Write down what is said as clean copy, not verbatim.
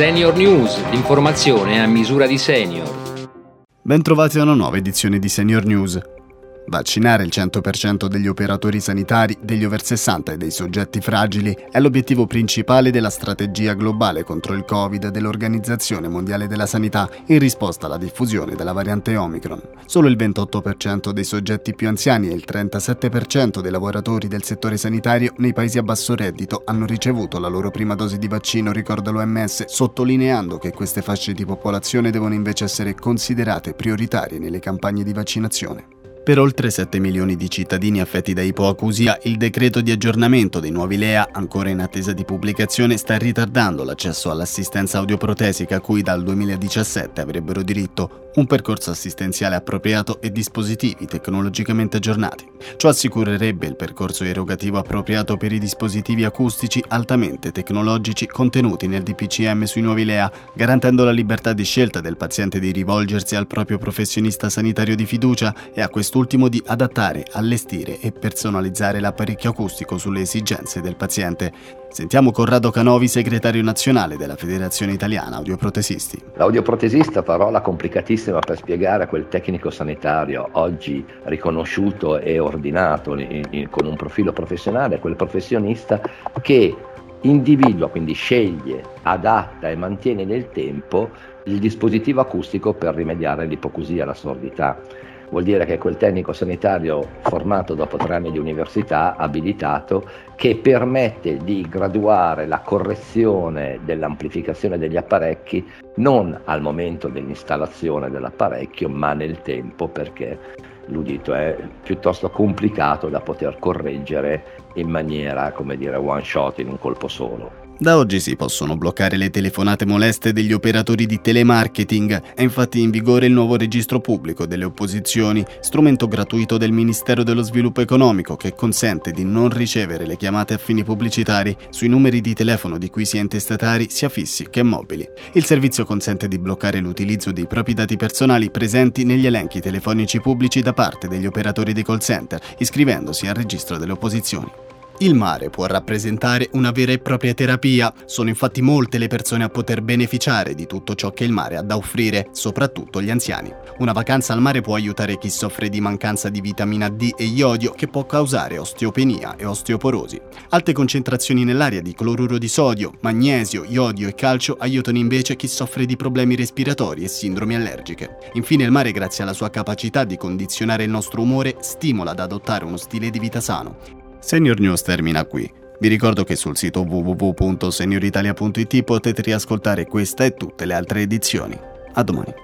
Senior News, l'informazione a misura di senior. Bentrovati a una nuova edizione di Senior News. Vaccinare il 100% degli operatori sanitari, degli over 60 e dei soggetti fragili è l'obiettivo principale della strategia globale contro il Covid dell'Organizzazione Mondiale della Sanità in risposta alla diffusione della variante Omicron. Solo il 28% dei soggetti più anziani e il 37% dei lavoratori del settore sanitario nei paesi a basso reddito hanno ricevuto la loro prima dose di vaccino, ricorda l'OMS, sottolineando che queste fasce di popolazione devono invece essere considerate prioritarie nelle campagne di vaccinazione. Per oltre 7 milioni di cittadini affetti da ipoacusia, il decreto di aggiornamento dei nuovi LEA, ancora in attesa di pubblicazione, sta ritardando l'accesso all'assistenza audioprotesica a cui dal 2017 avrebbero diritto, un percorso assistenziale appropriato e dispositivi tecnologicamente aggiornati. Ciò assicurerebbe il percorso erogativo appropriato per i dispositivi acustici altamente tecnologici contenuti nel DPCM sui nuovi LEA, garantendo la libertà di scelta del paziente di rivolgersi al proprio professionista sanitario di fiducia e a quest'ultimo di adattare, allestire e personalizzare l'apparecchio acustico sulle esigenze del paziente. Sentiamo Corrado Canovi, segretario nazionale della Federazione Italiana Audioprotesisti. L'audioprotesista, parola complicatissima per spiegare a quel tecnico sanitario oggi riconosciuto e ordinato con un profilo professionale, quel professionista che individua, quindi sceglie, adatta e mantiene nel tempo il dispositivo acustico per rimediare all'ipoacusia, alla sordità. Vuol dire che quel tecnico sanitario formato dopo 3 anni di università, abilitato, che permette di graduare la correzione dell'amplificazione degli apparecchi non al momento dell'installazione dell'apparecchio, ma nel tempo, perché l'udito è piuttosto complicato da poter correggere in maniera, one shot, in un colpo solo. Da oggi si possono bloccare le telefonate moleste degli operatori di telemarketing. È infatti in vigore il nuovo registro pubblico delle opposizioni, strumento gratuito del Ministero dello Sviluppo Economico che consente di non ricevere le chiamate a fini pubblicitari sui numeri di telefono di cui sia intestatari sia fissi che mobili. Il servizio consente di bloccare l'utilizzo dei propri dati personali presenti negli elenchi telefonici pubblici da parte degli operatori dei call center, iscrivendosi al registro delle opposizioni. Il mare può rappresentare una vera e propria terapia. Sono infatti molte le persone a poter beneficiare di tutto ciò che il mare ha da offrire, soprattutto gli anziani. Una vacanza al mare può aiutare chi soffre di mancanza di vitamina D e iodio, che può causare osteopenia e osteoporosi. Alte concentrazioni nell'aria di cloruro di sodio, magnesio, iodio e calcio aiutano invece chi soffre di problemi respiratori e sindromi allergiche. Infine il mare, grazie alla sua capacità di condizionare il nostro umore, stimola ad adottare uno stile di vita sano. Senior News termina qui. Vi ricordo che sul sito www.senioritalia.it potete riascoltare questa e tutte le altre edizioni. A domani.